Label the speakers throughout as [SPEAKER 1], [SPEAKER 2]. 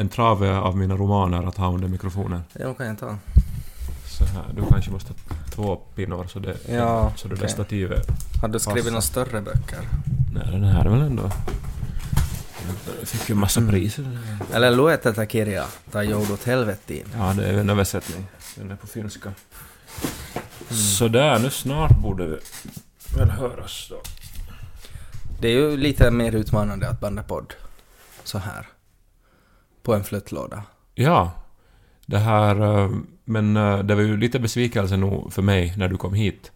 [SPEAKER 1] en trave av mina romaner att ha under mikrofonen.
[SPEAKER 2] Ja, de kan jag ta.
[SPEAKER 1] Så här, du kanske måste ha 2 pinnor så det,
[SPEAKER 2] Ja,
[SPEAKER 1] så det där stativet.
[SPEAKER 2] Har du skrivit några större böcker?
[SPEAKER 1] Nej, den här är väl ändå... Jag fick ju massa priser.
[SPEAKER 2] Eller lueteta kirjaa tai joudut helvettiin.
[SPEAKER 1] Ja, det är en översättning. Den är på finska. Så där, nu snart borde vi väl höras då.
[SPEAKER 2] Det är ju lite mer utmanande att banda podd så här på en flyttlåda.
[SPEAKER 1] Ja, det här... Men det var ju lite besvikelse nog för mig när du kom hit.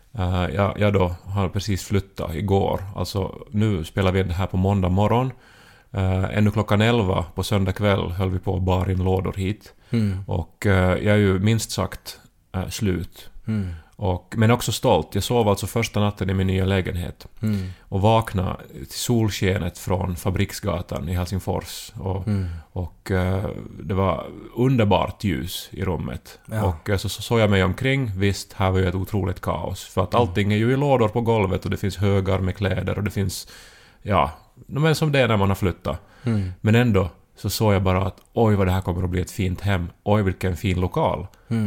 [SPEAKER 1] Jag då har precis flyttat igår. Alltså nu spelar vi det här på måndag morgon. Ännu klockan 11 på söndag kväll höll vi på att bar in lådor hit. Och jag är ju minst sagt slut. Men också stolt. Jag sov alltså första natten i min nya lägenhet. Och vaknade till solskenet från Fabriksgatan i Helsingfors. Och det var underbart ljus i rummet. Ja. Och så såg jag mig omkring. Visst, här var ju ett otroligt kaos. För att allting är ju i lådor på golvet och det finns högar med kläder och det finns... Ja, men som det är när man har flyttat. Men ändå så såg jag bara att oj vad det här kommer att bli ett fint hem. Oj vilken fin lokal.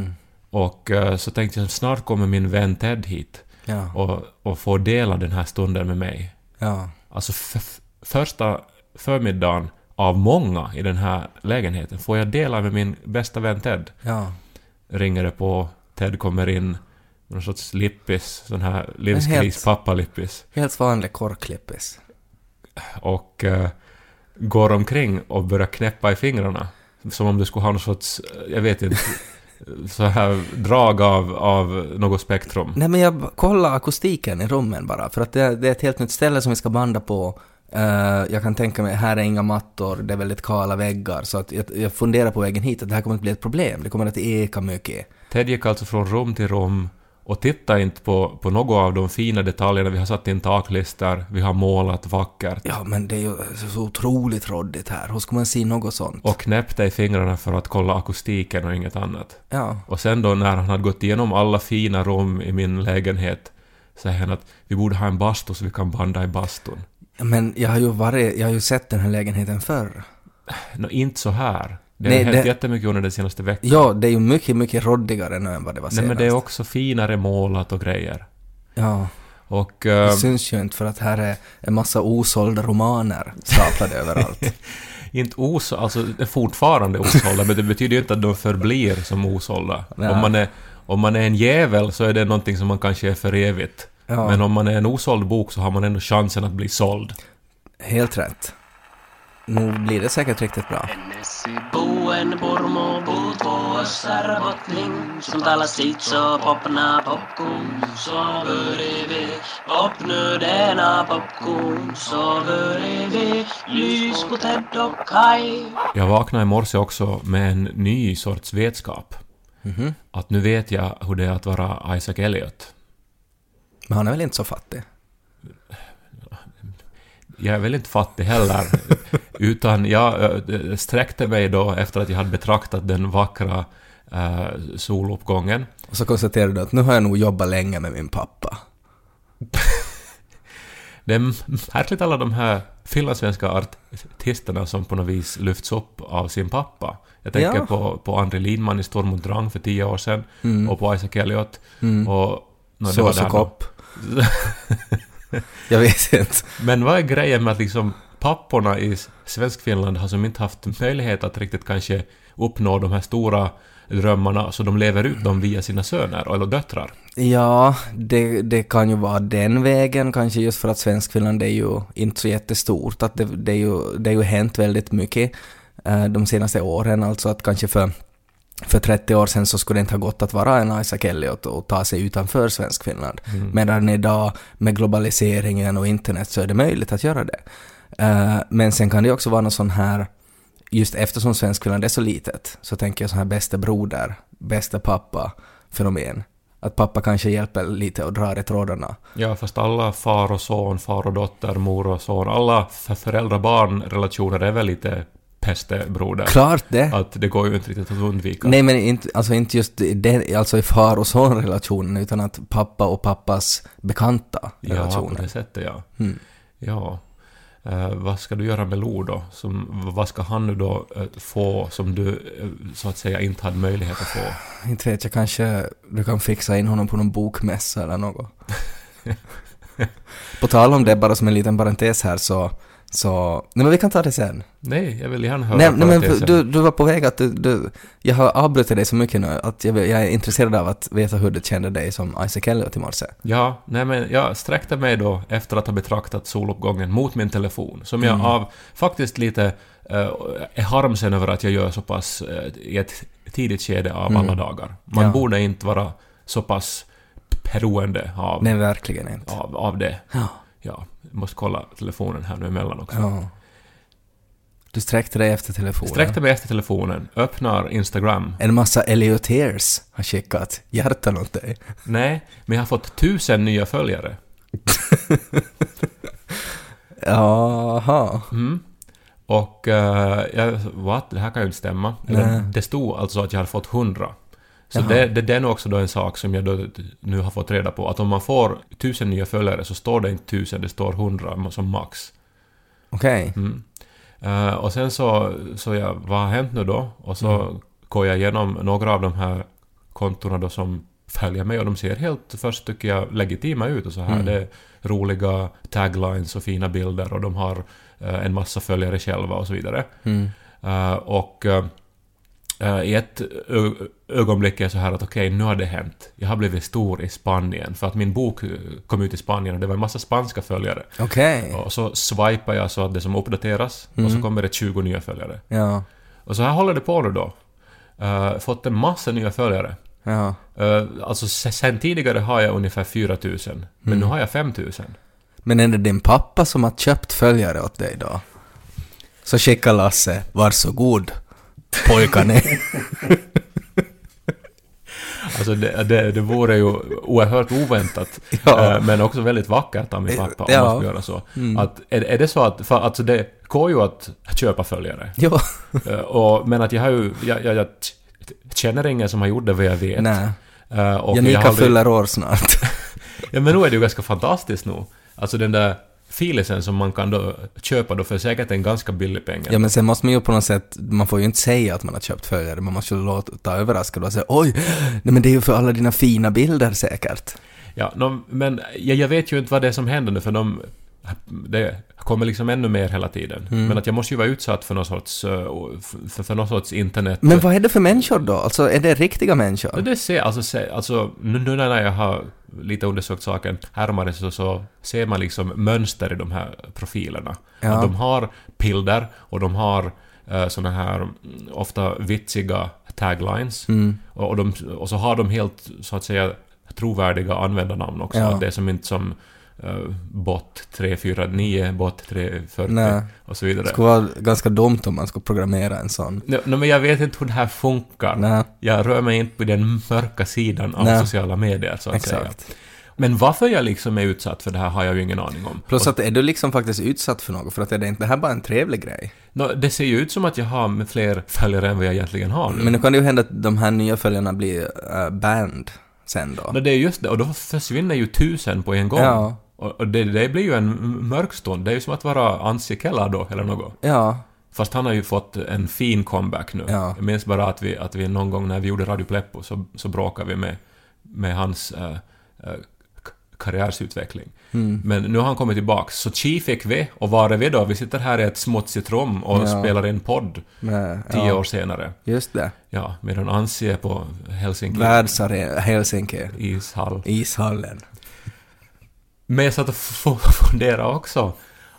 [SPEAKER 1] Och så tänkte jag snart kommer min vän Ted hit. Ja. Och få dela den här stunden med mig. Ja. Alltså första förmiddagen av många i den här lägenheten får jag dela med min bästa vän Ted. Ja. Ringer det på, Ted kommer in, någon sorts lippis, sån här livskris pappa-lippis.
[SPEAKER 2] Helt vanlig korklippis.
[SPEAKER 1] Och går omkring och börjar knäppa i fingrarna. Som om du skulle ha någon sorts, jag vet inte, så här drag av något spektrum.
[SPEAKER 2] Nej, men jag kollar akustiken i rummen bara. För att det är ett helt nytt ställe som vi ska banda på. Jag kan tänka mig, här är inga mattor, det är väldigt kala väggar. Så att jag funderar på vägen hit att det här kommer att bli ett problem. Det kommer att eka mycket.
[SPEAKER 1] Ted gick alltså från rum till rum och titta inte på något av de fina detaljerna. Vi har satt in taklister, vi har målat vackert.
[SPEAKER 2] Ja, men det är ju så otroligt råddigt här. Hur ska man se något sånt?
[SPEAKER 1] Och knäppte i fingrarna för att kolla akustiken och inget annat.
[SPEAKER 2] Ja.
[SPEAKER 1] Och sen då när han hade gått igenom alla fina rum i min lägenhet säger han att vi borde ha en bastu så vi kan banda i bastun.
[SPEAKER 2] Men jag har ju sett den här lägenheten förr.
[SPEAKER 1] Inte så här. Det har hänt jättemycket under den senaste veckan.
[SPEAKER 2] Ja, det är ju mycket, mycket råddigare nu än vad det var senast.
[SPEAKER 1] Nej, men det är också finare målat och grejer.
[SPEAKER 2] Ja.
[SPEAKER 1] Och,
[SPEAKER 2] det syns ju inte för att här är en massa osålda romaner staplade överallt.
[SPEAKER 1] Inte alltså det är fortfarande osålda, men det betyder ju inte att de förblir som osålda. Ja. Om man är en jävel så är det någonting som man kanske är för evigt. Ja. Men om man är en osåld bok så har man ändå chansen att bli såld.
[SPEAKER 2] Helt rätt. Nu blir det säkert riktigt bra.
[SPEAKER 3] Buen burmo puuttua sarvotning som tala sitso popna popkun så börjar popnödena popkun så börjar lys på Ted och Kai.
[SPEAKER 1] Jag vaknade i morse också med en ny sorts vetskap. Att nu vet jag hur det är att vara Isaac Elliot.
[SPEAKER 2] Men han är väl inte så fattig?
[SPEAKER 1] Jag är väl inte fattig heller, utan jag sträckte mig då efter att jag hade betraktat den vackra soluppgången.
[SPEAKER 2] Och så konstaterade du att nu har jag nog jobbat länge med min pappa.
[SPEAKER 1] Det är härligt alla de här finlandssvenska artisterna som på något vis lyfts upp av sin pappa. Jag tänker på André Lindman i Storm och Drang för 10 år sedan och på Isaac Elliot. Och
[SPEAKER 2] Såskopp. Jag vet inte.
[SPEAKER 1] Men vad är grejen med att liksom papporna i Svenskfinland har som inte haft möjlighet att riktigt kanske uppnå de här stora drömmarna så de lever ut dem via sina söner eller döttrar?
[SPEAKER 2] Ja, det kan ju vara den vägen kanske just för att Svenskfinland är ju inte så jättestort. Att det är ju hänt väldigt mycket de senaste åren. Alltså att kanske för 30 år sedan så skulle det inte ha gått att vara en Isaac Elliot och ta sig utanför Svenskfinland. Medan idag med globaliseringen och internet så är det möjligt att göra det. Men sen kan det också vara någon sån här, just eftersom Svenskfinland är så litet så tänker jag sån här bästa broder, bästa pappa fenomen. Att pappa kanske hjälper lite och drar i trådarna.
[SPEAKER 1] Ja, fast alla far och son, far och dotter, mor och son, alla föräldrar-barn-relationer är väl lite pestebroder.
[SPEAKER 2] Klart det.
[SPEAKER 1] Att det går ju inte riktigt att undvika.
[SPEAKER 2] Nej, men inte just det, alltså i far- och son-relationen, utan att pappa och pappas bekanta relationer.
[SPEAKER 1] Ja, på det sättet, ja. Ja. vad ska du göra med Lo då? Vad ska han nu då få som du så att säga inte hade möjlighet att få?
[SPEAKER 2] Inte vet jag, kanske du kan fixa in honom på någon bokmässa eller något. På tal om det, bara som en liten parentes här, så nej, men vi kan ta det sen.
[SPEAKER 1] Nej, jag vill gärna höra.
[SPEAKER 2] Nej men du var på väg att jag har avbrutit dig så mycket nu att jag är intresserad av att veta hur du kände dig som Isaac Elliot i morse.
[SPEAKER 1] Ja, nej men jag sträckte mig då efter att ha betraktat soluppgången mot min telefon, som jag av faktiskt lite är harmsen över att jag gör så pass i ett tidigt skede av alla dagar. Man borde inte vara så pass beroende av...
[SPEAKER 2] Nej, verkligen inte.
[SPEAKER 1] Av det.
[SPEAKER 2] Ja.
[SPEAKER 1] Ja, jag måste kolla telefonen här nu emellan också.
[SPEAKER 2] Ja. Du sträckte dig efter telefonen.
[SPEAKER 1] Sträckte mig efter telefonen, öppnar Instagram.
[SPEAKER 2] En massa Elioteers har skickat hjärtan åt dig.
[SPEAKER 1] Nej, men jag har fått 1000 nya följare.
[SPEAKER 2] Jaha.
[SPEAKER 1] Och what? Det här kan ju inte stämma. Det stod alltså att jag hade fått 100. Så det är nog också då en sak som jag då nu har fått reda på. Att om man får 1000 nya följare så står det inte 1000, det står 100 som max.
[SPEAKER 2] Okej.
[SPEAKER 1] Och sen så vad har hänt nu då? Och så går jag igenom några av de här kontorna då som följer mig, och de ser helt, först tycker jag, legitima ut och så här. Det är roliga taglines och fina bilder, och de har en massa följare själva och så vidare. I ett ögonblick är jag så här att okej, nu har det hänt. Jag har blivit stor i Spanien, för att min bok kom ut i Spanien och det var en massa spanska följare.
[SPEAKER 2] Okej.
[SPEAKER 1] Och så swipar jag så att det som uppdateras och så kommer det 20 nya följare.
[SPEAKER 2] Ja.
[SPEAKER 1] Och så här håller det på nu då. Fått en massa nya följare.
[SPEAKER 2] Ja.
[SPEAKER 1] Alltså sen tidigare har jag ungefär 4000, men nu har jag 5000.
[SPEAKER 2] Men är det din pappa som har köpt följare åt dig då? Så skickar Lasse, varsågod pojkarna.
[SPEAKER 1] Alltså det vore ju oerhört oväntat, men också väldigt vackert av min pappa om man ska göra så. Att, är det så att, för, alltså det går ju att köpa följare.
[SPEAKER 2] Jo.
[SPEAKER 1] Men att jag har ju, jag känner ingen som har gjort det vad jag vet.
[SPEAKER 2] Nej.
[SPEAKER 1] Och
[SPEAKER 2] Janika fyller år snart.
[SPEAKER 1] Ja, men nu är det ju ganska fantastiskt nu. Alltså den där filisen som man kan då köpa då för säkert en ganska billig pengar.
[SPEAKER 2] Ja, men sen måste man ju på något sätt, man får ju inte säga att man har köpt följare, man måste ju låta överraskad och säga oj, nej men det är ju för alla dina fina bilder säkert.
[SPEAKER 1] Ja, men jag vet ju inte vad det är som händer nu, för det kommer liksom ännu mer hela tiden. Men att jag måste ju vara utsatt för någon sorts för någon sorts internet.
[SPEAKER 2] Men vad är det för människor då? Alltså är det riktiga människor?
[SPEAKER 1] Det ser alltså nu när jag har lite undersökt saken härmare så ser man liksom mönster i de här profilerna.
[SPEAKER 2] Ja.
[SPEAKER 1] Att de har bilder och de har såna här ofta vitsiga taglines och så har de helt så att säga trovärdiga användarnamn också.
[SPEAKER 2] Ja.
[SPEAKER 1] Att det är som inte som bot 349, bot 340
[SPEAKER 2] Nej.
[SPEAKER 1] och så vidare.
[SPEAKER 2] Det skulle vara ganska dumt om man skulle programmera en sån.
[SPEAKER 1] Men jag vet inte hur det här funkar.
[SPEAKER 2] Nej.
[SPEAKER 1] Jag rör mig inte på den mörka sidan av sociala medier så att säga. Men varför jag liksom är utsatt för det här har jag ju ingen aning om.
[SPEAKER 2] Plus att är du liksom faktiskt utsatt för något, för att är det inte det här bara en trevlig grej?
[SPEAKER 1] Det ser ju ut som att jag har fler följare än vad jag egentligen har nu.
[SPEAKER 2] Men nu kan det ju hända att de här nya följarna blir banned sen då.
[SPEAKER 1] Det är just det, och då försvinner ju 1000 på en gång.
[SPEAKER 2] Ja.
[SPEAKER 1] Och det blir ju en mörk stund. Det är ju som att vara Anssi Keller då, eller något.
[SPEAKER 2] Ja.
[SPEAKER 1] Fast han har ju fått en fin comeback nu. Ja. Jag minns bara att vi någon gång när vi gjorde Radio Pleppo så bråkade vi med hans karriärsutveckling. Men nu har han kommit tillbaka. Så chi fick vi, och var är vi då? Vi sitter här i ett smutsigt rum och spelar in podd 10 år senare.
[SPEAKER 2] Just det.
[SPEAKER 1] Ja, medan Anssi är på Helsinki.
[SPEAKER 2] Helsinki. Ishallen.
[SPEAKER 1] Men jag satt och funderade också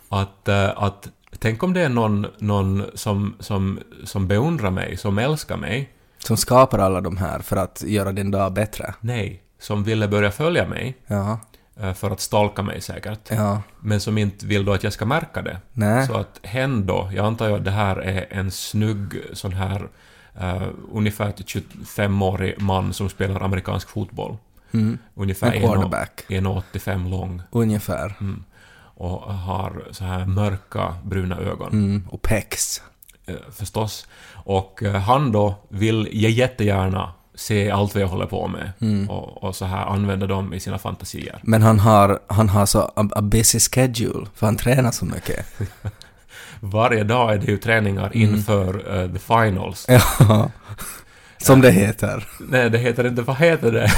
[SPEAKER 1] att tänk om det är någon som beundrar mig, som älskar mig.
[SPEAKER 2] Som skapar alla de här för att göra din dag bättre.
[SPEAKER 1] Nej, som ville börja följa mig.
[SPEAKER 2] Ja.
[SPEAKER 1] För att stalka mig säkert.
[SPEAKER 2] Ja.
[SPEAKER 1] Men som inte vill då att jag ska märka det.
[SPEAKER 2] Nej.
[SPEAKER 1] Så att hen då, jag antar ju att det här är en snygg sån här ungefär 25-årig man som spelar amerikansk fotboll. Ungefär 1,85 lång.
[SPEAKER 2] Ungefär.
[SPEAKER 1] Och har så här mörka bruna ögon.
[SPEAKER 2] Och pex.
[SPEAKER 1] Förstås. Och han då vill jättegärna se allt vad jag håller på med och så här använda dem i sina fantasier.
[SPEAKER 2] Men han har så a busy schedule, för han tränar så mycket.
[SPEAKER 1] Varje dag är det ju träningar inför the finals.
[SPEAKER 2] Ja, som det heter.
[SPEAKER 1] Nej, det heter inte, vad heter det?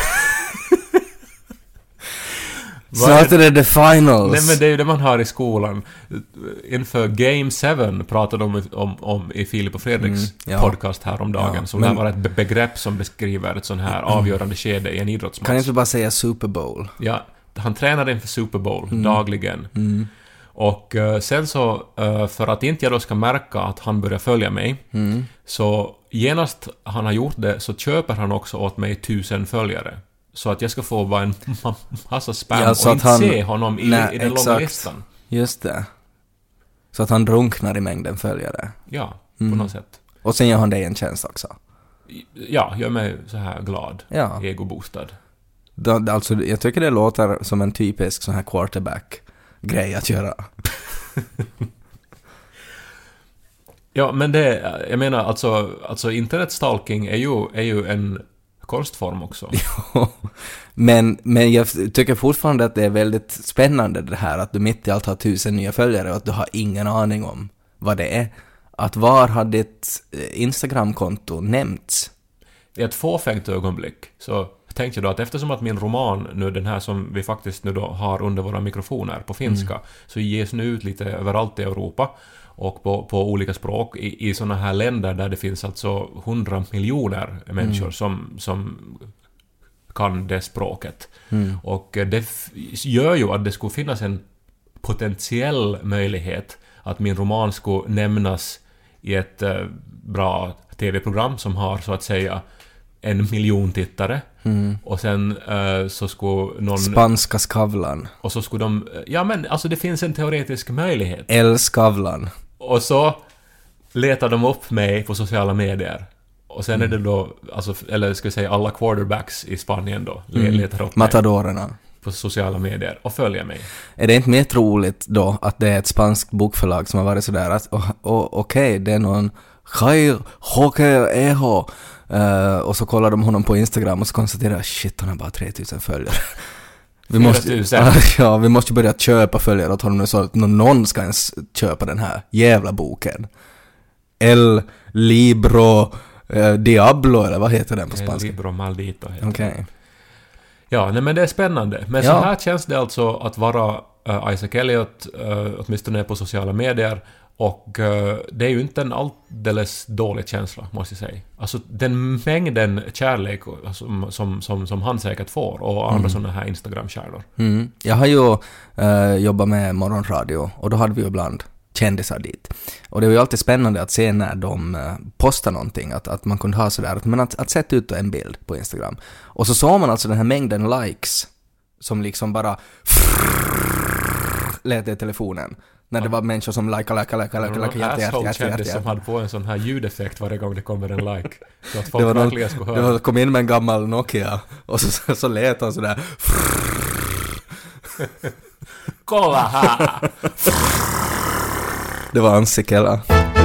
[SPEAKER 2] Snart är det the finals.
[SPEAKER 1] Nej, men det är ju det man har i skolan. Inför Game 7 pratade de om i Filip och Fredriks podcast häromdagen. Ja, som var ett begrepp som beskriver ett sån här avgörande skede i en idrottsmatch.
[SPEAKER 2] Kan inte bara säga Super Bowl?
[SPEAKER 1] Ja, han tränade inför Super Bowl dagligen. Och sen så, för att inte jag då ska märka att han börjar följa mig, så genast han har gjort det så köper han också åt mig 1000 följare. Så att jag ska få bara en massa spam och inte se honom i den långa listan.
[SPEAKER 2] Just det. Så att han drunknar i mängden följare.
[SPEAKER 1] Ja, på något sätt.
[SPEAKER 2] Och sen gör han dig en tjänst också.
[SPEAKER 1] Ja, gör mig så här glad.
[SPEAKER 2] Ja.
[SPEAKER 1] Egobostad.
[SPEAKER 2] Alltså, jag tycker det låter som en typisk sån här quarterback-grej att göra.
[SPEAKER 1] Ja, men det, jag menar alltså internetstalking är ju en konstform också.
[SPEAKER 2] men jag tycker fortfarande att det är väldigt spännande det här att du mitt i allt har 1000 nya följare och att du har ingen aning om vad det är. Att var har ditt Instagram-konto nämnts?
[SPEAKER 1] I ett fåfängt ögonblick så tänkte jag då att eftersom att min roman nu, den här som vi faktiskt nu då har under våra mikrofoner på finska, så ges nu ut lite överallt i Europa och på olika språk i såna här länder där det finns alltså 100 miljoner människor som kan det språket. Och det gör ju att det skulle finnas en potentiell möjlighet att min roman skulle nämnas i ett bra tv-program som har så att säga 1 miljon tittare. Och sen så skulle någon...
[SPEAKER 2] Spanska Skavlan.
[SPEAKER 1] Och så skulle de... Ja, men alltså det finns en teoretisk möjlighet.
[SPEAKER 2] El Skavlan.
[SPEAKER 1] Och så letar de upp mig på sociala medier. Och sen är det då, alltså, eller ska vi säga alla quarterbacks i Spanien då, letar upp
[SPEAKER 2] Matadorerna.
[SPEAKER 1] Mig på sociala medier och följer mig.
[SPEAKER 2] Är det inte mer troligt då att det är ett spanskt bokförlag som har varit sådär att okej, det är någon Jair Jorge Ejo och så kollar de honom på Instagram och så konstaterar shit, han har bara 3000 följare. Vi måste börja köpa följare åt honom nu så att någon ska ens köpa den här jävla boken. El Libro Diablo, eller vad heter den på spanska?
[SPEAKER 1] El Libro Maldito heter
[SPEAKER 2] okay.
[SPEAKER 1] det. Ja, nej, men det är spännande. Men så här känns det alltså att vara Isaac Elliot, åtminstone på sociala medier. Och det är ju inte en alldeles dålig känsla, måste jag säga. Alltså den mängden kärlek som han säkert får och andra sådana här Instagram-kärlor.
[SPEAKER 2] Jag har ju jobbat med morgonradio och då hade vi ju ibland kändisar dit. Och det var ju alltid spännande att se när de postar någonting, att man kunde ha sådär, men att sätta ut en bild på Instagram. Och så såg man alltså den här mängden likes som liksom bara lät i telefonen. När det var människor som like
[SPEAKER 1] jätte som hade på en sån här ljudeffekt varje gång det kommer en like. Så att folk verkligen skulle höra.
[SPEAKER 2] Det var kom in med en gammal Nokia och så lät han sådär.
[SPEAKER 1] Kolla här!
[SPEAKER 2] Det var Ansikela.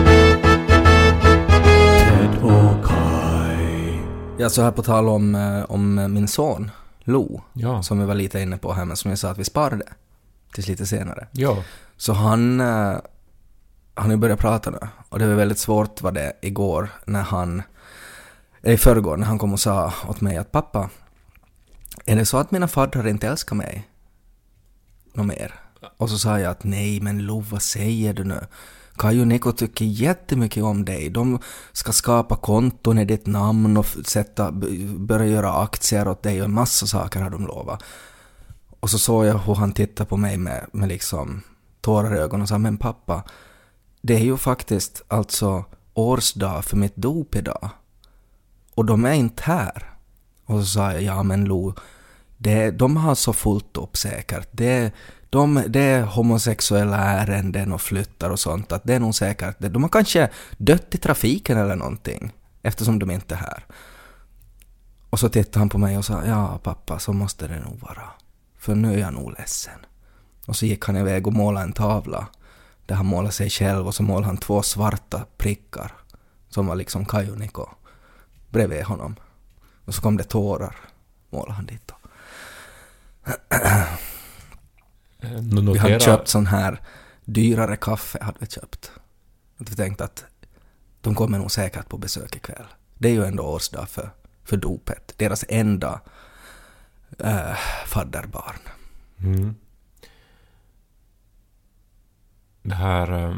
[SPEAKER 2] Ja, så här på tal om min son Lo, som vi var lite inne på här, men som jag sa att vi sparade tills lite senare.
[SPEAKER 1] Ja.
[SPEAKER 2] Så han har ju börjat prata nu. Och det var väldigt svårt var det igår i förrgår när han kom och sa åt mig att pappa, är det så att mina faddrar inte älskar mig något mer? Och så sa jag att nej, men Lo, vad säger du nu? Kaj och Nico tycker jättemycket om dig. De ska skapa konton i ditt namn och börja göra aktier åt dig och en massa saker har de lovat. Och så såg jag hur han tittade på mig med liksom tårar i ögonen och sa, men pappa, det är ju faktiskt alltså årsdag för mitt dop idag. Och de är inte här. Och så sa jag, ja men Lo, de har så fullt upp säkert. Det är homosexuella ärenden och flyttar och sånt, att det är nog säkert. De har kanske dött i trafiken eller någonting, eftersom de inte är här. Och så tittade han på mig och sa, ja pappa, så måste det nog vara. För nu är jag nog ledsen. Och så gick han iväg och målade en tavla där han målade sig själv och så målade han 2 svarta prickar som var liksom Kaj och Nico bredvid honom. Och så kom det tårar, målade han dit då. Vi hade köpt sån här dyrare kaffe, hade vi köpt. Och vi tänkte att de kommer nog säkert på besök ikväll. Det är ju ändå årsdag för dopet. Deras enda fadderbarn.
[SPEAKER 1] Mm. Det här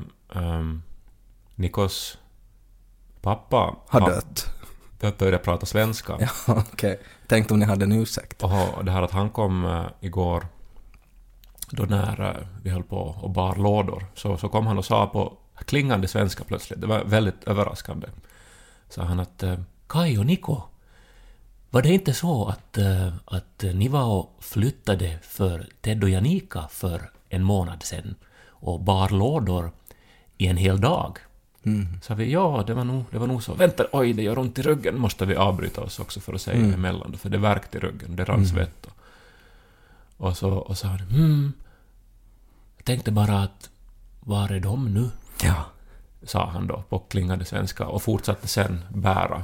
[SPEAKER 1] Nikos pappa
[SPEAKER 2] har dött.
[SPEAKER 1] Började prata svenska.
[SPEAKER 2] Ja, okej. Tänkte om ni hade en ursäkt.
[SPEAKER 1] Och det här att han kom igår då när vi höll på och bar lådor så kom han och sa på klingande svenska plötsligt. Det var väldigt överraskande. Sa han att Kai och Niko, var det inte så att ni var och flyttade för Ted och Janika för en månad sedan och bar lådor i en hel dag? Så vi, ja, det var nog så. Vänta, oj, det gör ont i ryggen. Måste vi avbryta oss också för att säga emellan. För det värkte i ryggen, det rann svett. Och så sa han, jag tänkte bara att, var är de nu?
[SPEAKER 2] Ja.
[SPEAKER 1] Sa han då på klingande svenska och fortsatte sen bära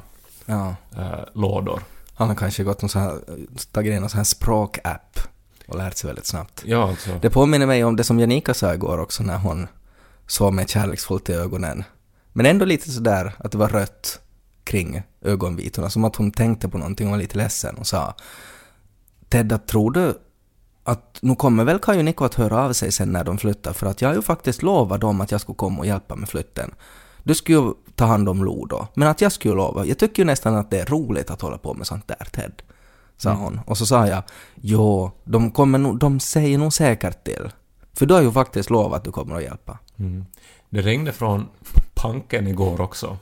[SPEAKER 1] lådor.
[SPEAKER 2] Han har kanske gått tagit in en sån här språkapp och lärt sig väldigt snabbt.
[SPEAKER 1] Ja, alltså.
[SPEAKER 2] Det påminner mig om det som Janika sa igår också när hon såg med kärleksfullt i ögonen. Men ändå lite sådär att det var rött kring ögonvitorna. Som att hon tänkte på någonting och var lite ledsen och sa, Ted, tror du att nu kommer väl Kai och Niko att höra av sig sen när de flyttar? För att jag har ju faktiskt lovat dem att jag skulle komma och hjälpa med flytten. Du skulle ju ta hand om Lo då. Men att jag skulle lova. Jag tycker ju nästan att det är roligt att hålla på med sånt där, Ted. Sa hon. Och så sa jag, jo, de säger nog säkert till. För du har ju faktiskt lovat att du kommer att hjälpa.
[SPEAKER 1] Det ringde från Panken igår också.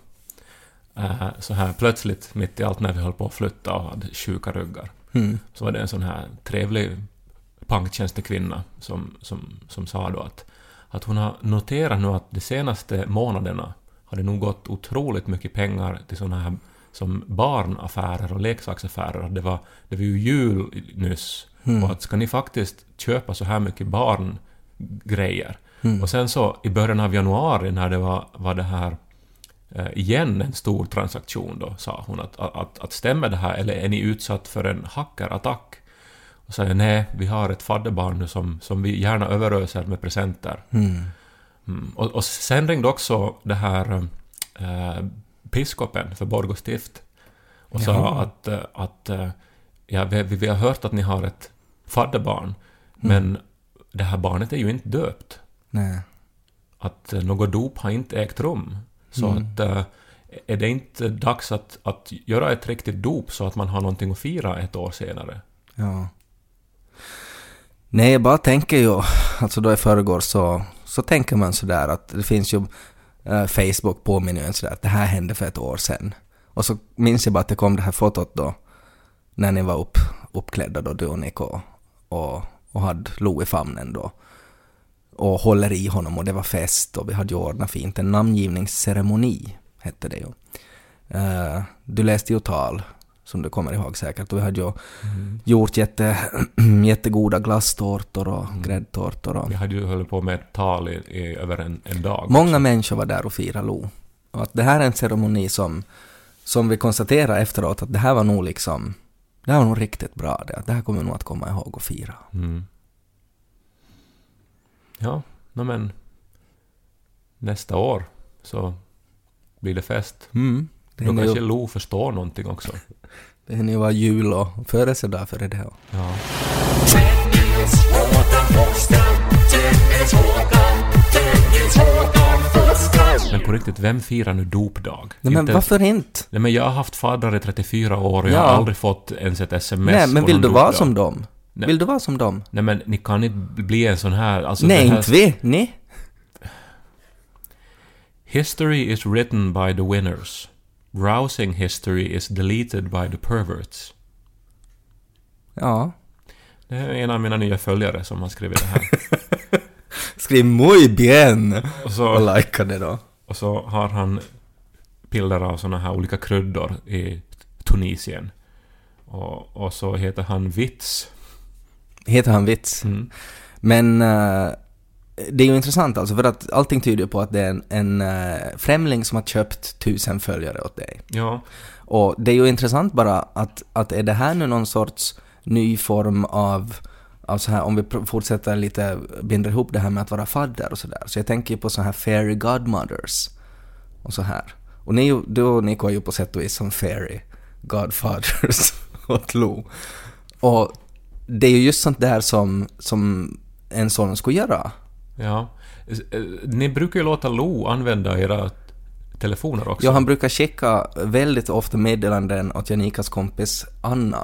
[SPEAKER 1] Så här plötsligt mitt i allt när vi höll på att flytta och hade sjuka ryggar. Så var det en sån här trevlig panktjänstekvinna som sa då att hon har noterat nu att de senaste månaderna har det nog gått otroligt mycket pengar till såna här som barnaffärer och leksaksaffärer. Det var ju jul nyss och att ska ni faktiskt köpa så här mycket barngrejer. Och sen så i början av januari när det var det här igen en stor transaktion då, sa hon att stämmer det här eller är ni utsatt för en hackerattack? Och sa jag, nej, vi har ett fadderbarn nu som vi gärna överöser med presenter. Och sen ringde också det här biskopen för Borgå stift och sa att vi har hört att ni har ett fadderbarn men det här barnet är ju inte döpt.
[SPEAKER 2] Nej.
[SPEAKER 1] Att något dop har inte ägt rum. Så att är det inte dags att göra ett riktigt dop så att man har någonting att fira ett år senare?
[SPEAKER 2] Ja. Nej, jag bara tänker ju, alltså då i förrgår så tänker man sådär att det finns ju Facebook påminner en sådär att det här hände för ett år sedan. Och så minns jag bara att det kom det här fotot då när ni var uppklädda då, du och Niko och hade Lo i famnen då. Och håller i honom och det var fest och vi hade ju ordnat fint. En namngivningsceremoni hette det ju. Du läste ju tal som du kommer ihåg säkert. Och vi hade ju gjort jättegoda glasstårtor och gräddtårtor.
[SPEAKER 1] Vi hade ju hållit på med ett tal i över en dag.
[SPEAKER 2] Många
[SPEAKER 1] också.
[SPEAKER 2] människor var där och firade Lo. Och att det här är en ceremoni som vi konstaterar efteråt att det här var nog liksom, det här var nog riktigt bra. Det här kommer vi nog att komma ihåg och fira.
[SPEAKER 1] Ja, men nästa år så blir det fest. Då kanske Lo förstår någonting också.
[SPEAKER 2] Det hinner ju vara jul och födelsedag för det.
[SPEAKER 1] Ja. Men på riktigt, vem firar nu dopdag?
[SPEAKER 2] Nej, men varför inte?
[SPEAKER 1] Nej, men jag har haft faddrar i 34 år och jag har aldrig fått ens ett sms.
[SPEAKER 2] Nej, men vill du vara som dem?
[SPEAKER 1] Nej.
[SPEAKER 2] Vill du vara som dem?
[SPEAKER 1] Nej, men ni kan inte bli en sån här... Alltså
[SPEAKER 2] nej,
[SPEAKER 1] här...
[SPEAKER 2] inte vi. Nej.
[SPEAKER 1] History is written by the winners. Rousing history is deleted by the perverts.
[SPEAKER 2] Ja.
[SPEAKER 1] Det är en av mina nya följare som har skrivit det här.
[SPEAKER 2] Skriv muy bien
[SPEAKER 1] och
[SPEAKER 2] likea det då.
[SPEAKER 1] Och så har han bilder av såna här olika kryddor i Tunisien. Och så heter han Vits.
[SPEAKER 2] Heter han Vits? Men det är ju intressant alltså, för att allting tyder på att det är en främling som har köpt 1000 följare åt dig.
[SPEAKER 1] Ja.
[SPEAKER 2] Och det är ju intressant bara att är det här nu någon sorts ny form av så här, om vi fortsätter lite, binder ihop det här med att vara fadder och sådär. Så jag tänker ju på så här fairy godmothers och så här. Och Nico är ju på sätt och vis som fairy godfathers åt Lo. Och det är ju just sånt där som en sån skulle göra.
[SPEAKER 1] Ja. Ni brukar ju låta Lo använda era telefoner också.
[SPEAKER 2] Ja, han brukar skicka väldigt ofta meddelanden åt Janikas kompis Anna.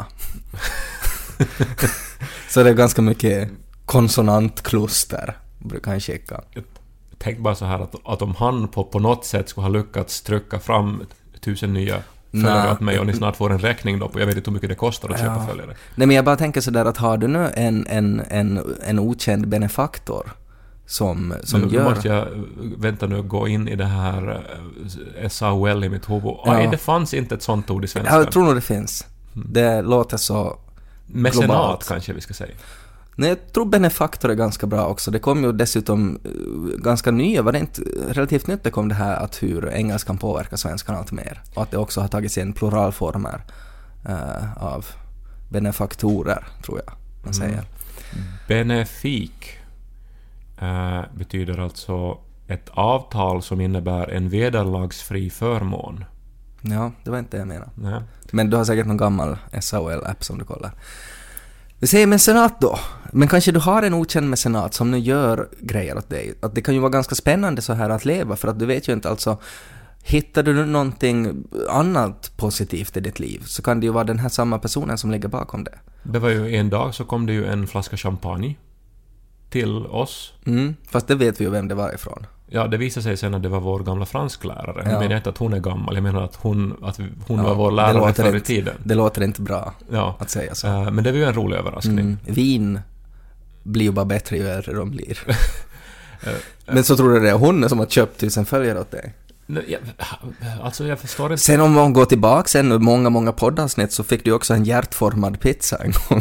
[SPEAKER 2] Så det är ganska mycket konsonantkluster brukar han skicka.
[SPEAKER 1] Tänk bara så här att om han på något sätt skulle ha lyckats trycka fram 1000 nya följare åt mig och ni snart får en räkning då på, jag vet inte hur mycket det kostar att köpa följare.
[SPEAKER 2] Nej, men jag bara tänker så där att har du nu en okänd benefaktor som
[SPEAKER 1] nu
[SPEAKER 2] gör...
[SPEAKER 1] måste jag vänta nu och gå in i det här SAOL i mitt huvud. Nej, det fanns inte ett sånt ord i svenska.
[SPEAKER 2] Jag tror nog det finns. Det låter så
[SPEAKER 1] mecenat
[SPEAKER 2] globalt.
[SPEAKER 1] kanske vi ska säga.
[SPEAKER 2] Nej, jag tror benefaktor är ganska bra också. Det kom ju dessutom ganska nya, var det inte relativt nytt det kom det här att hur engelskan påverkar svenskan allt mer. Och att det också har tagits in pluralformer av benefaktorer, tror jag man säger.
[SPEAKER 1] Benefik betyder alltså ett avtal som innebär en vederlagsfri förmån.
[SPEAKER 2] Ja, det var inte det jag menade.
[SPEAKER 1] Nej.
[SPEAKER 2] Men du har säkert någon gammal SAOL-app som du kollar. Vi säger mecenat då. Men kanske du har en okänd mecenat som nu gör grejer åt dig. Att det kan ju vara ganska spännande så här att leva, för att du vet ju inte alltså, hittar du nu någonting annat positivt i ditt liv så kan det ju vara den här samma personen som ligger bakom det.
[SPEAKER 1] Det var ju en dag så kom det ju en flaska champagne till oss.
[SPEAKER 2] Fast det vet vi ju vem det var ifrån.
[SPEAKER 1] Ja, det visade sig sen att det var vår gamla fransklärare. Jag menar inte att hon är gammal, jag menar att hon var vår lärare förr i tiden.
[SPEAKER 2] Det låter inte bra att säga så.
[SPEAKER 1] Men det var ju en rolig överraskning.
[SPEAKER 2] Vin blir ju bara bättre ju äldre de blir. Men så tror du det är hon som har köpt 1000 följare åt dig?
[SPEAKER 1] Alltså jag förstår inte.
[SPEAKER 2] Sen om man går tillbaka sen många poddavsnitt så fick du också en hjärtformad pizza en gång.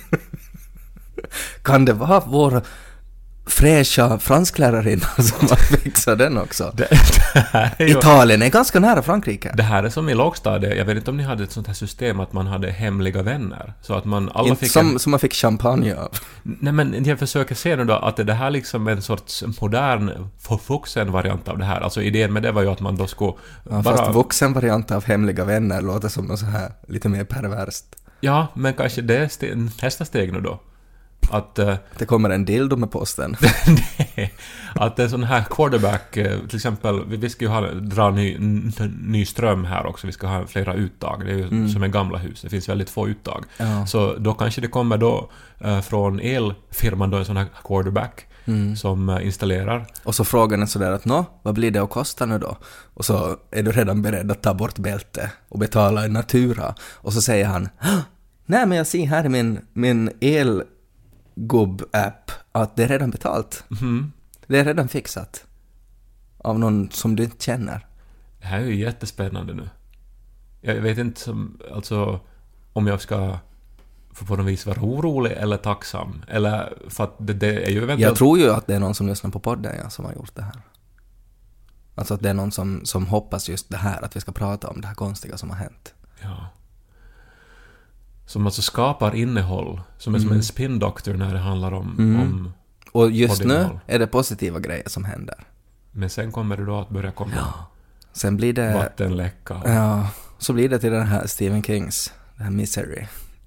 [SPEAKER 2] Kan det vara vår fräscha fransklärarina som har fixat den också? Italien är ganska nära Frankrike.
[SPEAKER 1] Det här är som i lågstadiet. Jag vet inte om ni hade ett sånt här system att man hade hemliga vänner. Så att man alla fick
[SPEAKER 2] som man fick champagne av.
[SPEAKER 1] Nej, men jag försöker se nu då att det här liksom är en sorts modern vuxen variant av det här. Alltså idén med det var ju att man då skulle
[SPEAKER 2] fast vuxen variant av hemliga vänner låter som något så här lite mer perverst.
[SPEAKER 1] Ja, men kanske det är nästa steg nu då. Att
[SPEAKER 2] det kommer en dildo med posten.
[SPEAKER 1] Att en sån här quarterback, till exempel, vi ska ju dra ny ström här också, vi ska ha flera uttag, det är ju som en gamla hus, det finns väldigt få uttag. Så då kanske det kommer då från elfirman då en sån här quarterback som installerar. Och
[SPEAKER 2] så frågar den sådär att vad blir det att kosta nu då? Och så är du redan beredd att ta bort bälte och betala en natura. Och så säger han, nej men jag ser här i min elgubb-app att det är redan betalt. Det är redan fixat av någon som du inte känner.
[SPEAKER 1] Det här är ju jättespännande nu. Jag vet inte om jag ska på något vis vara orolig eller tacksam. Eller för att det är ju eventuellt...
[SPEAKER 2] Jag tror ju att det är någon som lyssnar på podden som har gjort det här. Alltså att det är någon som hoppas just det här, att vi ska prata om det här konstiga som har hänt.
[SPEAKER 1] Ja. Som alltså skapar innehåll. Som är som en spin doctor när det handlar om
[SPEAKER 2] och just nu är det positiva grejer som händer.
[SPEAKER 1] Men sen kommer det då att börja komma
[SPEAKER 2] sen blir det
[SPEAKER 1] vattenläcka.
[SPEAKER 2] Ja, så blir det till den här Stephen Kings, det här Misery.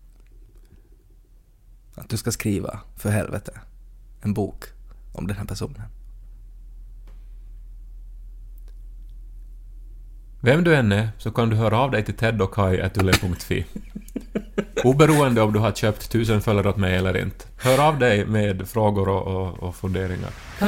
[SPEAKER 2] Att du ska skriva, för helvete, en bok om den här personen.
[SPEAKER 1] Vem du än är så kan du höra av dig till tedokai@yle.fi. Oberoende om du har köpt 1000 följare åt mig eller inte. Hör av dig med frågor och funderingar.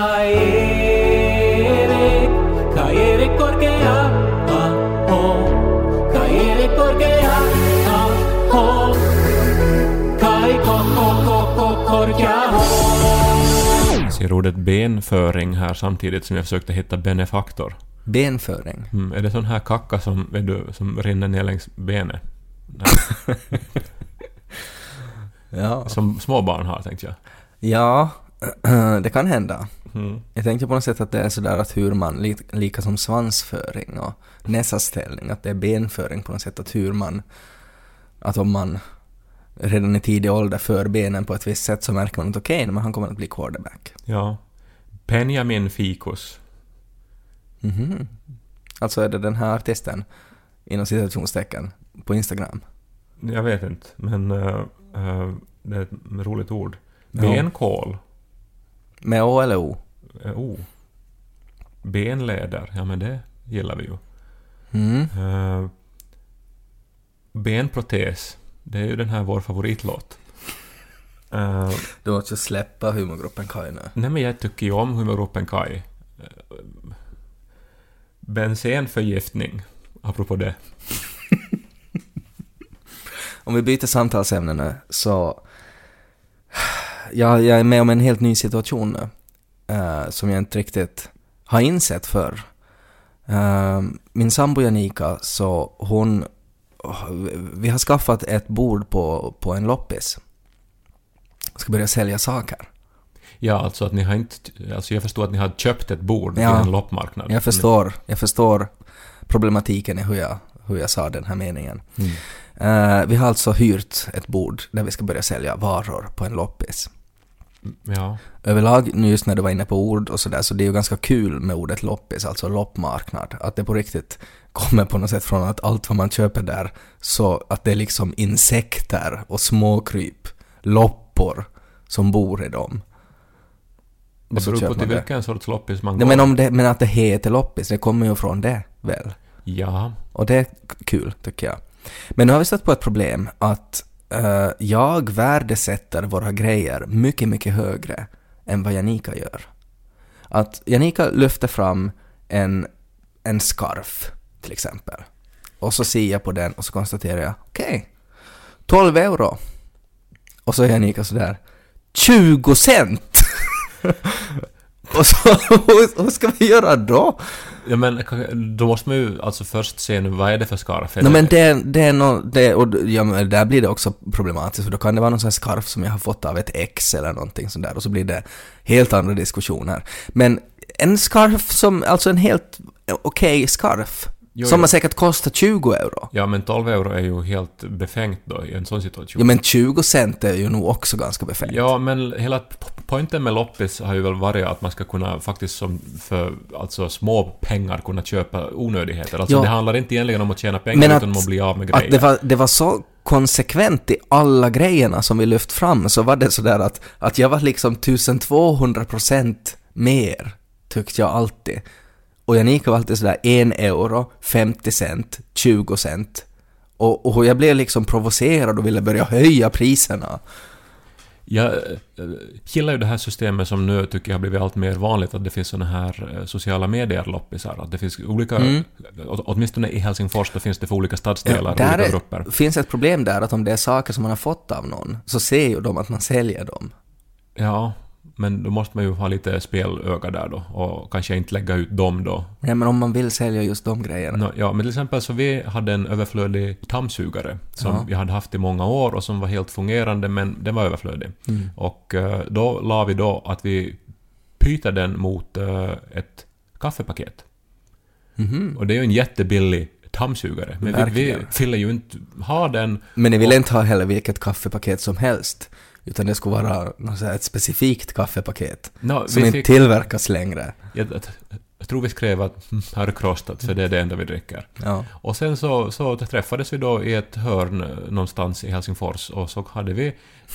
[SPEAKER 1] Jag ser ordet benföring här samtidigt som jag försökte hitta benefaktor.
[SPEAKER 2] Benföring?
[SPEAKER 1] Är det sån här kacka som rinner ner längs benet?
[SPEAKER 2] Ja.
[SPEAKER 1] Som små barn har, tänkte jag.
[SPEAKER 2] Ja, det kan hända. Jag tänkte på något sätt att det är sådär att hur man, lika som svansföring och näsaställning, att det är benföring på något sätt, att hur man, att om man redan i tidig ålder för benen på ett visst sätt så märker man att okej, men han kommer att bli quarterback.
[SPEAKER 1] Ja. Benjamin Ficus.
[SPEAKER 2] Alltså är det den här artisten inom citationstecken på Instagram?
[SPEAKER 1] Jag vet inte, men det är ett roligt ord. Benkål.
[SPEAKER 2] Med O eller O?
[SPEAKER 1] O. Benläder, ja men det gillar vi ju. Benprotes, det är ju den här vår favoritlåt.
[SPEAKER 2] Du måste ju släppa humorgruppen Kai nu.
[SPEAKER 1] Nej, men jag tycker ju om humorgruppen Kai. Bensenförgiftning, apropå det.
[SPEAKER 2] Om vi byter samtalsämne nu, så jag är med om en helt ny situation nu, som jag inte riktigt har insett för. Min sambo Janika, så vi har skaffat ett bord på en loppis. Ska börja sälja saker.
[SPEAKER 1] Ja, alltså att ni har inte, alltså jag förstår att ni har köpt ett bord i en loppmarknad.
[SPEAKER 2] Jag förstår problematiken i hur jag sa den här meningen. Vi har alltså hyrt ett bord där vi ska börja sälja varor på en loppis.
[SPEAKER 1] Ja.
[SPEAKER 2] Överlag, nu just när du var inne på ord och sådär, så det är ju ganska kul med ordet loppis, alltså loppmarknad. Att det på riktigt kommer på något sätt från att allt vad man köper där, så att det är liksom insekter och småkryp, loppor som bor i dem.
[SPEAKER 1] Det beror på till vilken sorts loppis man går.
[SPEAKER 2] Ja, men att det heter loppis, det kommer ju från det väl?
[SPEAKER 1] Ja.
[SPEAKER 2] Och det är kul, tycker jag. Men nu har vi stött på ett problem att jag värdesätter våra grejer mycket, mycket högre än vad Janika gör. Att Janika lyfter fram en scarf till exempel. Och så ser jag på den och så konstaterar jag, okej, 12 euro. Och så är Janika sådär, 20 cent! Och så, vad ska vi göra då?
[SPEAKER 1] Ja, men då måste man ju alltså först se nu, vad är det för scarf?
[SPEAKER 2] Nej, men det är och där blir det också problematiskt, för då kan det vara någon sån här scarf som jag har fått av ett ex eller någonting sånt där, och så blir det helt andra diskussioner. Men en scarf som, alltså en helt okej scarf, som man säkert kostar 20 euro.
[SPEAKER 1] Ja, men 12 euro är ju helt befängt då i en sån situation.
[SPEAKER 2] Ja, men 20 cent är ju nog också ganska befängt.
[SPEAKER 1] Ja, men hela poängen med loppis har ju väl varit att man ska kunna faktiskt som för alltså små pengar kunna köpa onödigheter. Alltså det handlar inte egentligen om att tjäna pengar utan om att bli av med grejer.
[SPEAKER 2] Att det var så konsekvent i alla grejerna som vi lyft fram, så var det sådär att jag var liksom 1200% mer, tyckte jag alltid. Och Janika var alltid sådär 1 euro, 50 cent, 20 cent. Och jag blev liksom provocerad och ville börja höja priserna. Jag
[SPEAKER 1] gillar ju det här systemet som nu tycker jag har blivit allt mer vanligt, att det finns såna här sociala medier-loppisar. Att det finns olika, åtminstone i Helsingfors, då finns det för olika stadsdelar och olika grupper.
[SPEAKER 2] Det finns ett problem där, att om det är saker som man har fått av någon, så ser ju de att man säljer dem.
[SPEAKER 1] Ja, men då måste man ju ha lite spelöga där då, och kanske inte lägga ut dem då.
[SPEAKER 2] Nej, men om man vill sälja just de grejerna.
[SPEAKER 1] Ja, men till exempel så vi hade en överflödig dammsugare som vi hade haft i många år och som var helt fungerande, men den var överflödig. Och då la vi då att vi pytade den mot ett kaffepaket. Och det är ju en jättebillig dammsugare, men vi ville ju inte ha den. Men
[SPEAKER 2] ni ville inte ha heller vilket kaffepaket som helst, utan det skulle vara ett specifikt kaffepaket som inte tillverkas längre.
[SPEAKER 1] Jag tror vi skrev att här är krostat, för det är det enda vi dricker.
[SPEAKER 2] Ja.
[SPEAKER 1] Och sen så träffades vi då i ett hörn någonstans i Helsingfors, och så hade vi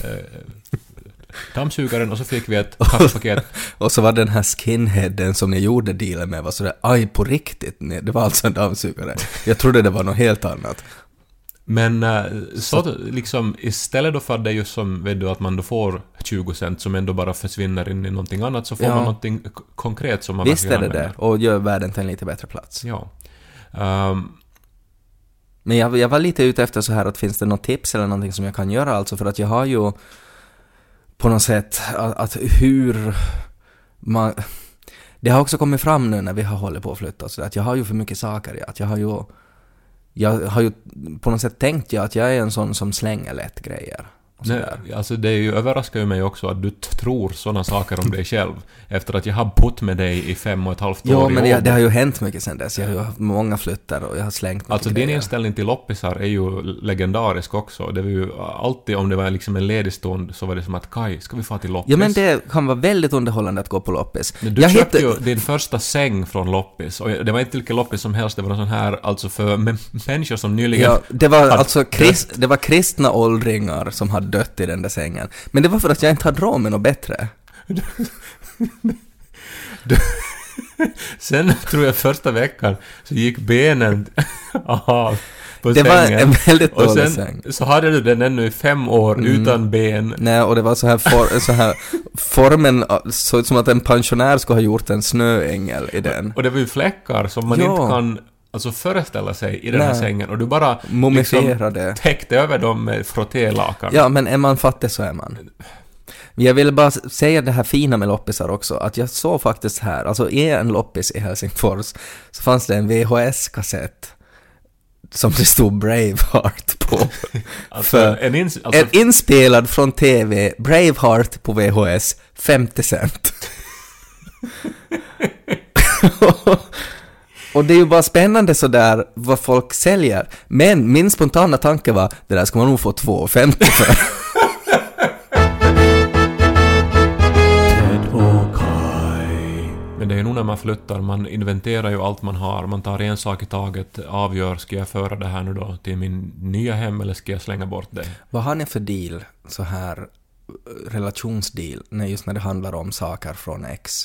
[SPEAKER 1] dammsugaren och så fick vi ett kaffepaket.
[SPEAKER 2] Och så var den här skinheaden som ni gjorde dealen med var sådär, aj på riktigt, nej, det var alltså en dammsugare. Jag trodde det var något helt annat.
[SPEAKER 1] Men så liksom istället då för det just som vet du, att man då får 20 cent som ändå bara försvinner in i någonting annat, så får man någonting konkret som man
[SPEAKER 2] visst är det och gör världen till en lite bättre plats.
[SPEAKER 1] Ja.
[SPEAKER 2] Men jag var lite ute efter så här, att finns det något tips eller någonting som jag kan göra, alltså för att jag har ju på något sätt att hur man, det har också kommit fram nu när vi har hållit på att flytta, så att jag har ju för mycket saker, att jag har ju på något sätt tänkt att jag är en sån som slänger lätt grejer.
[SPEAKER 1] Nej, alltså det är ju överraskar ju mig också att du tror sådana saker om dig själv efter att jag har bott med dig i 5,5 år.
[SPEAKER 2] Ja, men det har ju hänt mycket sen dess. Jag har ju haft många flyttar och jag har slängt mycket
[SPEAKER 1] alltså din
[SPEAKER 2] grejer.
[SPEAKER 1] inställning till loppisar är ju legendarisk också. Det var ju alltid, om det var liksom en ledig stund, så var det som att Kai, ska vi få till loppis?
[SPEAKER 2] Ja, men det kan vara väldigt underhållande att gå på loppis.
[SPEAKER 1] Men du köpte ju din första säng från loppis, och det var inte vilken loppis som helst, det var en sån här, alltså för människor som nyligen...
[SPEAKER 2] Ja, det var alltså det var kristna åldringar som hade dött i den där sängen. Men det var för att jag inte hade råd med något bättre.
[SPEAKER 1] Sen tror jag första veckan så gick benen av på
[SPEAKER 2] det
[SPEAKER 1] sängen.
[SPEAKER 2] var en väldigt
[SPEAKER 1] och
[SPEAKER 2] dålig
[SPEAKER 1] sen
[SPEAKER 2] säng.
[SPEAKER 1] Så hade du den ännu i 5 år utan ben.
[SPEAKER 2] Nej, och det var så här formen såg ut som att en pensionär skulle ha gjort en snöängel i den.
[SPEAKER 1] Och det var ju fläckar som man inte kan alltså föreställa sig i den här sängen, och du bara
[SPEAKER 2] mumifierade.
[SPEAKER 1] Liksom täckte över dem med frottélakan.
[SPEAKER 2] Ja, men är man fattig så är man. Jag ville bara säga det här fina med loppisar också, att jag såg faktiskt här, alltså i en loppis i Helsingfors så fanns det en VHS-kassett som det stod Braveheart på.
[SPEAKER 1] Alltså,
[SPEAKER 2] en inspelad från TV, Braveheart på VHS, 50 cent. Och det är ju bara spännande sådär vad folk säljer. Men min spontana tanke var, det där ska man nog få 2,50 för.
[SPEAKER 1] Men det är ju nog när man flyttar, man inventerar ju allt man har, man tar en sak i taget, avgör, ska jag föra det här nu då till min nya hem eller ska jag slänga bort det?
[SPEAKER 2] Vad har ni för deal, så här relationsdeal, just när det handlar om saker från ex?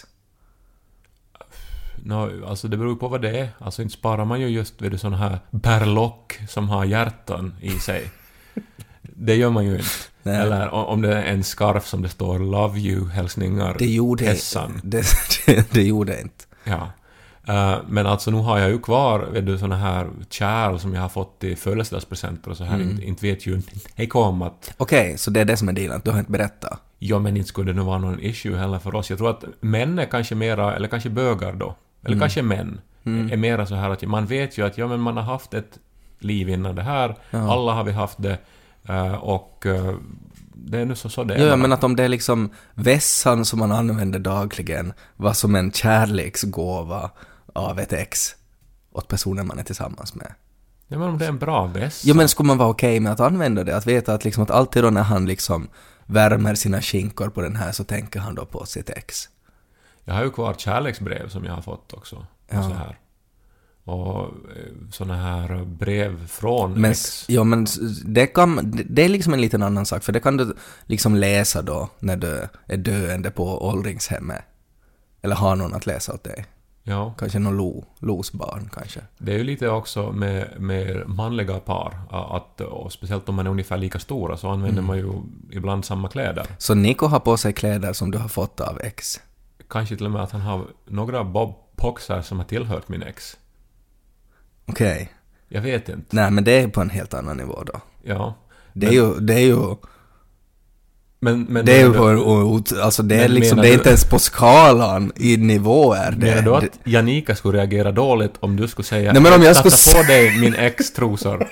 [SPEAKER 1] Alltså det beror på vad det är. Alltså inte sparar man ju just vid såna här berlock som har hjärtan i sig. Det gör man ju inte. Nej. Eller om det är en skarf som det står Love you, hälsningar, Tessan.
[SPEAKER 2] Det gjorde inte.
[SPEAKER 1] Ja. Men alltså nu har jag ju kvar såna här kärl som jag har fått i födelsedagspresenter och så här. Inte vet ju hej kom att...
[SPEAKER 2] Okej, så det är det som är dealen. Du har inte berättat.
[SPEAKER 1] Ja, men inte skulle det nu vara någon issue heller för oss. Jag tror att män är kanske mera, eller kanske bögar då, eller kanske män, är mera så här att man vet ju att men man har haft ett liv innan det här. Ja. Alla har vi haft det. Och det är nu så det är.
[SPEAKER 2] Ja, men att om det är liksom vässan som man använder dagligen var som en kärleksgåva av ett ex åt personen man är tillsammans med.
[SPEAKER 1] Ja, men om det är en bra vässa.
[SPEAKER 2] Ja, men skulle man vara okej med att använda det? Att veta att, liksom, att alltid då när han liksom värmer sina skinkor på den här så tänker han då på sitt ex.
[SPEAKER 1] Jag har ju kvar kärleksbrev som jag har fått också. Ja. Så här. Och såna här brev från ex.
[SPEAKER 2] Ja, men det är liksom en liten annan sak, för det kan du liksom läsa då när du är döende på åldringshemmet. Eller har någon att läsa åt dig.
[SPEAKER 1] Ja.
[SPEAKER 2] Kanske någon losbarn kanske.
[SPEAKER 1] Det är ju lite också med manliga par och speciellt om man är ungefär lika stora så använder man ju ibland samma kläder.
[SPEAKER 2] Så Nico har på sig kläder som du har fått av ex?
[SPEAKER 1] Kanske till och med att han har några bobpoxar som har tillhört min ex.
[SPEAKER 2] Okej.
[SPEAKER 1] Jag vet inte.
[SPEAKER 2] Nej, men det är på en helt annan nivå då.
[SPEAKER 1] Ja.
[SPEAKER 2] Det är ju
[SPEAKER 1] Men
[SPEAKER 2] det är ju på, alltså det är liksom det är inte ens på skalan i nivåer.
[SPEAKER 1] Menar du att Janika skulle reagera dåligt om du skulle säga
[SPEAKER 2] nej, men om jag
[SPEAKER 1] skulle på dig min ex-trosor?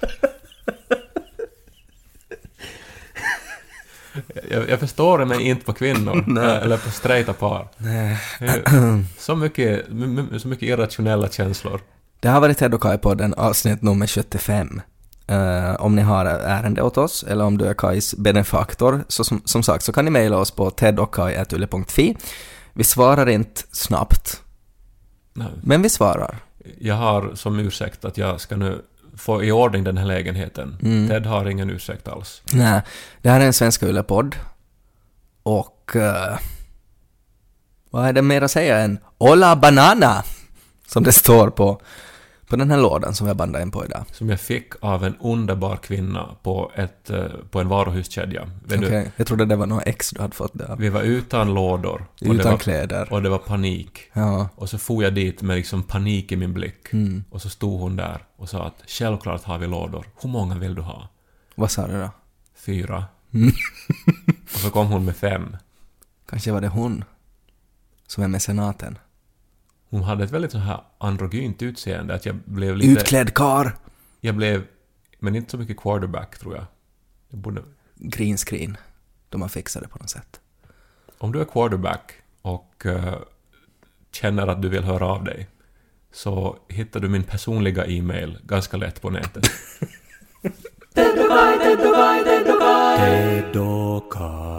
[SPEAKER 1] jag förstår mig inte på kvinnor eller på straighta par.
[SPEAKER 2] Nej.
[SPEAKER 1] Så mycket irrationella känslor.
[SPEAKER 2] Det har varit Ted och Kai-podden avsnitt nummer 75. Om ni har ärende åt oss eller om du är Kais benefaktor så som sagt så kan ni mejla oss på tedochkai@yle.fi. Vi svarar inte snabbt. Nej. Men vi svarar.
[SPEAKER 1] Jag har som ursäkt att jag ska nu få i ordning den här lägenheten. Ted har ingen ursäkt alls.
[SPEAKER 2] Nej, det här är en svenska Yle-podd. Och vad är det mer att säga än Hola banana som det står på den här lådan som jag bandade in på idag.
[SPEAKER 1] Som jag fick av en underbar kvinna på en varuhuskedja.
[SPEAKER 2] Okay. Jag trodde det var någon ex du hade fått där.
[SPEAKER 1] Vi var utan lådor.
[SPEAKER 2] Utan kläder.
[SPEAKER 1] Och det var panik.
[SPEAKER 2] Ja.
[SPEAKER 1] Och så får jag dit med liksom panik i min blick. Och så stod hon där och sa att självklart har vi lådor. Hur många vill du ha?
[SPEAKER 2] Vad sa du då?
[SPEAKER 1] 4. Och så kom hon med 5.
[SPEAKER 2] Kanske var det hon som är mecenaten.
[SPEAKER 1] Hon hade ett väldigt så här androgynt utseende att jag blev lite...
[SPEAKER 2] Utklädd kar!
[SPEAKER 1] Jag blev... Men inte så mycket quarterback, tror jag.
[SPEAKER 2] green screen. De har fixat det på något sätt.
[SPEAKER 1] Om du är quarterback och känner att du vill höra av dig, så hittar du min personliga e-mail ganska lätt på nätet. Teddokaj.